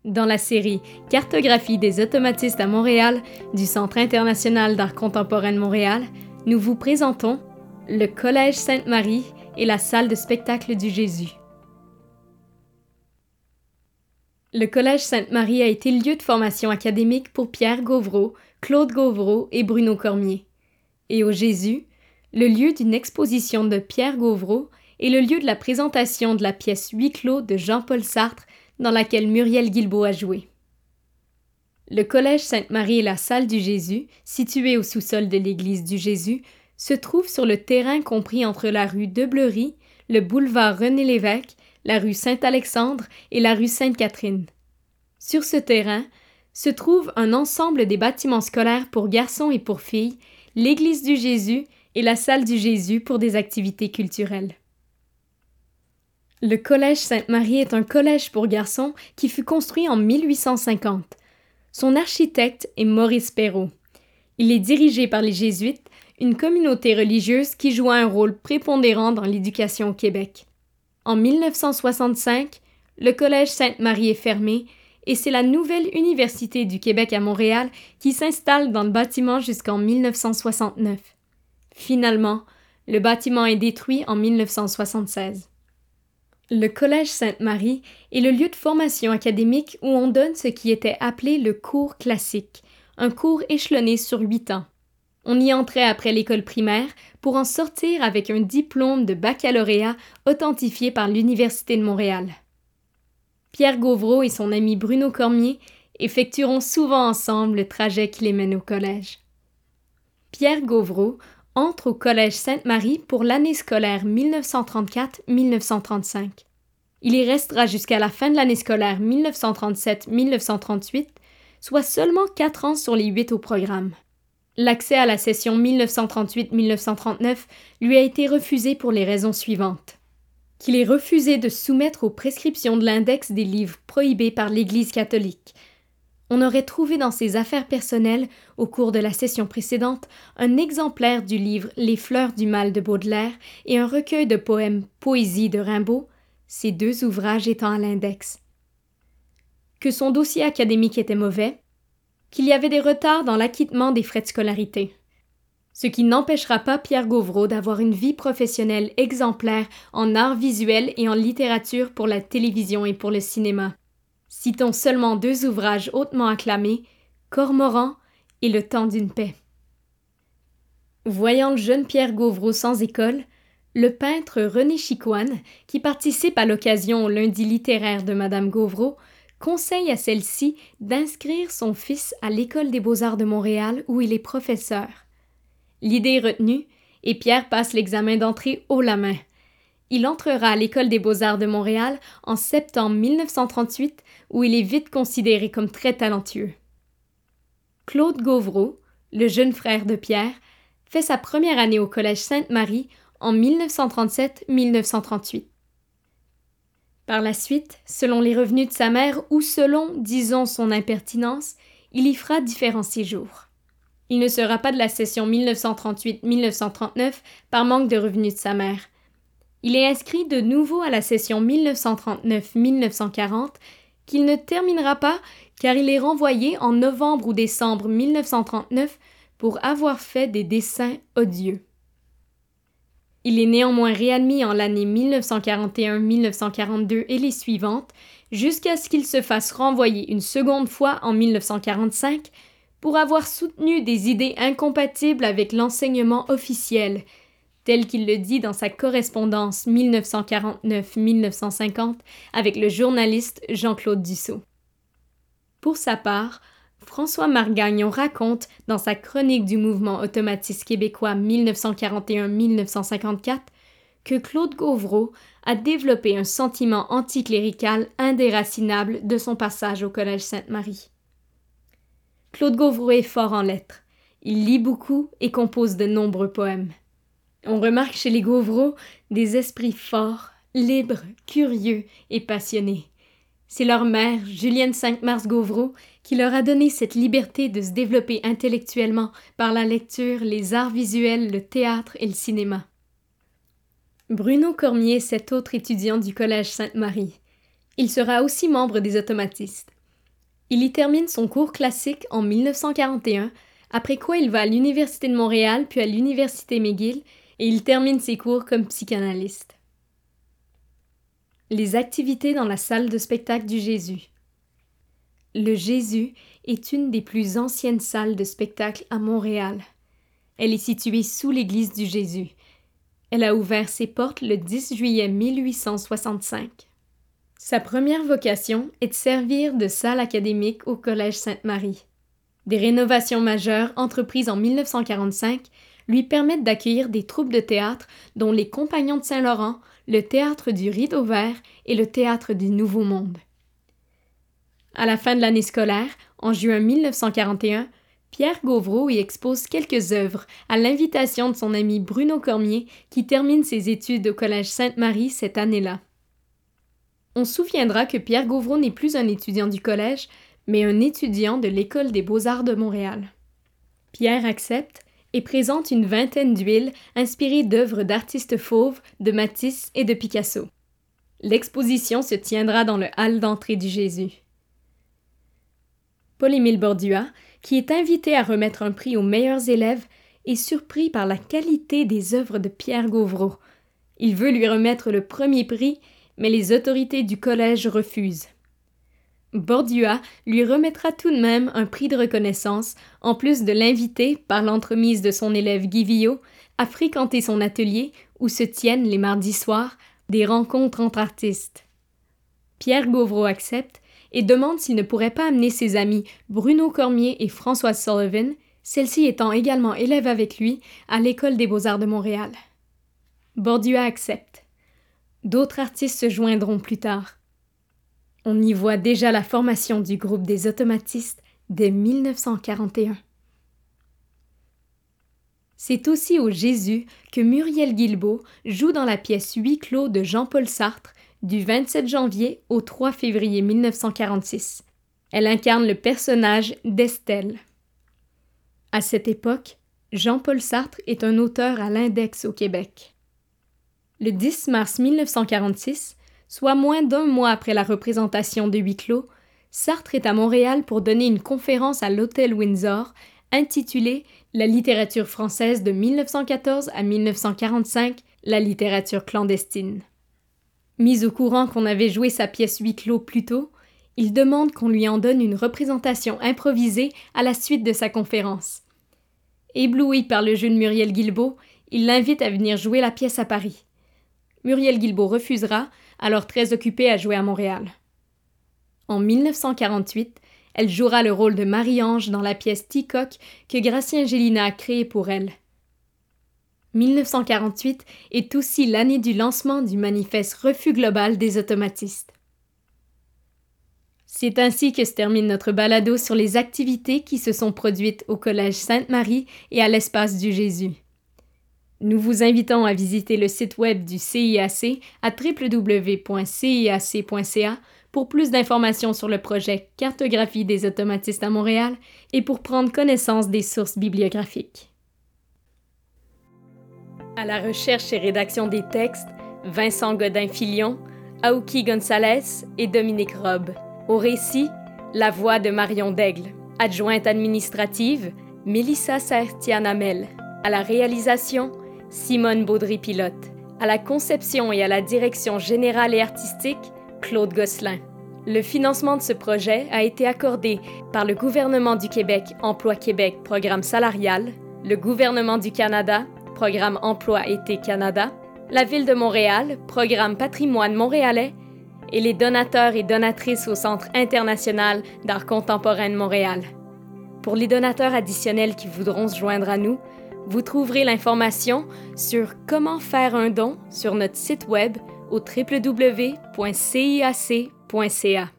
Dans la série Cartographie des automatistes à Montréal du Centre international d'art contemporain de Montréal, nous vous présentons le Collège Sainte-Marie et la salle de spectacle du Jésus. Le Collège Sainte-Marie a été lieu de formation académique pour Pierre Gauvreau, Claude Gauvreau et Bruno Cormier. Et au Jésus, le lieu d'une exposition de Pierre Gauvreau et le lieu de la présentation de la pièce Huis clos de Jean-Paul Sartre dans laquelle Muriel Guilbeault a joué. Le Collège Sainte-Marie et la salle du Jésus, située au sous-sol de l'église du Jésus, se trouve sur le terrain compris entre la rue de Bleury, le boulevard René-Lévesque, la rue Saint-Alexandre et la rue Sainte-Catherine. Sur ce terrain se trouve un ensemble des bâtiments scolaires pour garçons et pour filles, l'église du Jésus et la salle du Jésus pour des activités culturelles. Le Collège Sainte-Marie est un collège pour garçons qui fut construit en 1850. Son architecte est Maurice Perrault. Il est dirigé par les Jésuites, une communauté religieuse qui joua un rôle prépondérant dans l'éducation au Québec. En 1965, le Collège Sainte-Marie est fermé et c'est la nouvelle Université du Québec à Montréal qui s'installe dans le bâtiment jusqu'en 1969. Finalement, le bâtiment est détruit en 1976. Le Collège Sainte-Marie est le lieu de formation académique où on donne ce qui était appelé le cours classique, un cours échelonné sur 8 ans. On y entrait après l'école primaire pour en sortir avec un diplôme de baccalauréat authentifié par l'Université de Montréal. Pierre Gauvreau et son ami Bruno Cormier effectueront souvent ensemble le trajet qui les mène au collège. Pierre Gauvreau entre au Collège Sainte-Marie pour l'année scolaire 1934-1935. Il y restera jusqu'à la fin de l'année scolaire 1937-1938, soit seulement 4 ans sur les 8 au programme. L'accès à la session 1938-1939 lui a été refusé pour les raisons suivantes. Qu'il ait refusé de soumettre aux prescriptions de l'index des livres prohibés par l'Église catholique. On aurait trouvé dans ses affaires personnelles, au cours de la session précédente, un exemplaire du livre Les fleurs du mal de Baudelaire et un recueil de poèmes Poésie de Rimbaud, ces 2 ouvrages étant à l'index. Que son dossier académique était mauvais, qu'il y avait des retards dans l'acquittement des frais de scolarité. Ce qui n'empêchera pas Pierre Gauvreau d'avoir une vie professionnelle exemplaire en art visuel et en littérature pour la télévision et pour le cinéma. Citons seulement 2 ouvrages hautement acclamés, Cormoran et Le temps d'une paix. Voyant le jeune Pierre Gauvreau sans école, le peintre René Chicoine, qui participe à l'occasion au lundi littéraire de Madame Gauvreau, conseille à celle-ci d'inscrire son fils à l'École des beaux-arts de Montréal où il est professeur. L'idée est retenue et Pierre passe l'examen d'entrée haut la main. Il entrera à l'École des beaux-arts de Montréal en septembre 1938 où il est vite considéré comme très talentueux. Claude Gauvreau, le jeune frère de Pierre, fait sa première année au Collège Sainte-Marie en 1937-1938. Par la suite, selon les revenus de sa mère ou selon, disons, son impertinence, il y fera différents séjours. Il ne sera pas de la session 1938-1939 par manque de revenus de sa mère. Il est inscrit de nouveau à la session 1939-1940 qu'il ne terminera pas car il est renvoyé en novembre ou décembre 1939 pour avoir fait des dessins odieux. Il est néanmoins réadmis en l'année 1941-1942 et les suivantes, jusqu'à ce qu'il se fasse renvoyer une seconde fois en 1945 pour avoir soutenu des idées incompatibles avec l'enseignement officiel, tel qu'il le dit dans sa correspondance 1949-1950 avec le journaliste Jean-Claude Dussault. Pour sa part, François Margagnon raconte, dans sa chronique du mouvement automatiste québécois 1941-1954, que Claude Gauvreau a développé un sentiment anticlérical indéracinable de son passage au Collège Sainte-Marie. Claude Gauvreau est fort en lettres. Il lit beaucoup et compose de nombreux poèmes. On remarque chez les Gauvreau des esprits forts, libres, curieux et passionnés. C'est leur mère, Julienne Cinq-Mars Gauvreau, qui leur a donné cette liberté de se développer intellectuellement par la lecture, les arts visuels, le théâtre et le cinéma. Bruno Cormier est cet autre étudiant du Collège Sainte-Marie. Il sera aussi membre des automatistes. Il y termine son cours classique en 1941, après quoi il va à l'Université de Montréal puis à l'Université McGill et il termine ses cours comme psychanalyste. Les activités dans la salle de spectacle du Jésus. Le Jésus est une des plus anciennes salles de spectacle à Montréal. Elle est située sous l'église du Jésus. Elle a ouvert ses portes le 10 juillet 1865. Sa première vocation est de servir de salle académique au Collège Sainte-Marie. Des rénovations majeures entreprises en 1945 lui permettent d'accueillir des troupes de théâtre dont les Compagnons de Saint-Laurent, le Théâtre du Rideau Vert et le Théâtre du Nouveau Monde. À la fin de l'année scolaire, en juin 1941, Pierre Gauvreau y expose quelques œuvres à l'invitation de son ami Bruno Cormier qui termine ses études au Collège Sainte-Marie cette année-là. On se souviendra que Pierre Gauvreau n'est plus un étudiant du collège, mais un étudiant de l'École des beaux-arts de Montréal. Pierre accepte et présente une vingtaine d'huiles inspirées d'œuvres d'artistes fauves, de Matisse et de Picasso. L'exposition se tiendra dans le hall d'entrée du Jésus. Paul-Émile Bordua, qui est invité à remettre un prix aux meilleurs élèves, est surpris par la qualité des œuvres de Pierre Gauvreau. Il veut lui remettre le premier prix, mais les autorités du collège refusent. Bordua lui remettra tout de même un prix de reconnaissance, en plus de l'inviter, par l'entremise de son élève Guy Villot, à fréquenter son atelier où se tiennent les mardis soirs des rencontres entre artistes. Pierre Gauvreau accepte et demande s'il ne pourrait pas amener ses amis Bruno Cormier et Françoise Sullivan, celle-ci étant également élève avec lui à l'École des beaux-arts de Montréal. Bordua accepte. D'autres artistes se joindront plus tard. On y voit déjà la formation du groupe des automatistes dès 1941. C'est aussi au Jésus que Muriel Guilbeault joue dans la pièce Huis clos de Jean-Paul Sartre du 27 janvier au 3 février 1946. Elle incarne le personnage d'Estelle. À cette époque, Jean-Paul Sartre est un auteur à l'Index au Québec. Le 10 mars 1946, soit moins d'un mois après la représentation de Huis clos, Sartre est à Montréal pour donner une conférence à l'Hôtel Windsor intitulée « La littérature française de 1914 à 1945, la littérature clandestine ». Mis au courant qu'on avait joué sa pièce Huis clos plus tôt, il demande qu'on lui en donne une représentation improvisée à la suite de sa conférence. Ébloui par le jeu de Muriel Guilbeault, il l'invite à venir jouer la pièce à Paris. Muriel Guilbeault refusera, alors très occupée à jouer à Montréal. En 1948, elle jouera le rôle de Marie-Ange dans la pièce Ticoc que Gratien Gélina a créée pour elle. 1948 est aussi l'année du lancement du manifeste Refus global des automatistes. C'est ainsi que se termine notre balado sur les activités qui se sont produites au Collège Sainte-Marie et à l'Espace du Jésus. Nous vous invitons à visiter le site web du CIAC à www.ciac.ca pour plus d'informations sur le projet Cartographie des automatistes à Montréal et pour prendre connaissance des sources bibliographiques. À la recherche et rédaction des textes, Vincent Godin-Filion, Aouki Gonzalez et Dominique Robe. Au récit, la voix de Marion Daigle. Adjointe administrative, Mélissa Sertianamel. À la réalisation, Simone Baudry-Pilote. À la conception et à la direction générale et artistique, Claude Gosselin. Le financement de ce projet a été accordé par le gouvernement du Québec, Emploi Québec, Programme salarial, le gouvernement du Canada, Programme Emploi Été Canada, la Ville de Montréal, Programme Patrimoine montréalais, et les donateurs et donatrices au Centre international d'art contemporain de Montréal. Pour les donateurs additionnels qui voudront se joindre à nous, vous trouverez l'information sur comment faire un don sur notre site web au www.ciac.ca.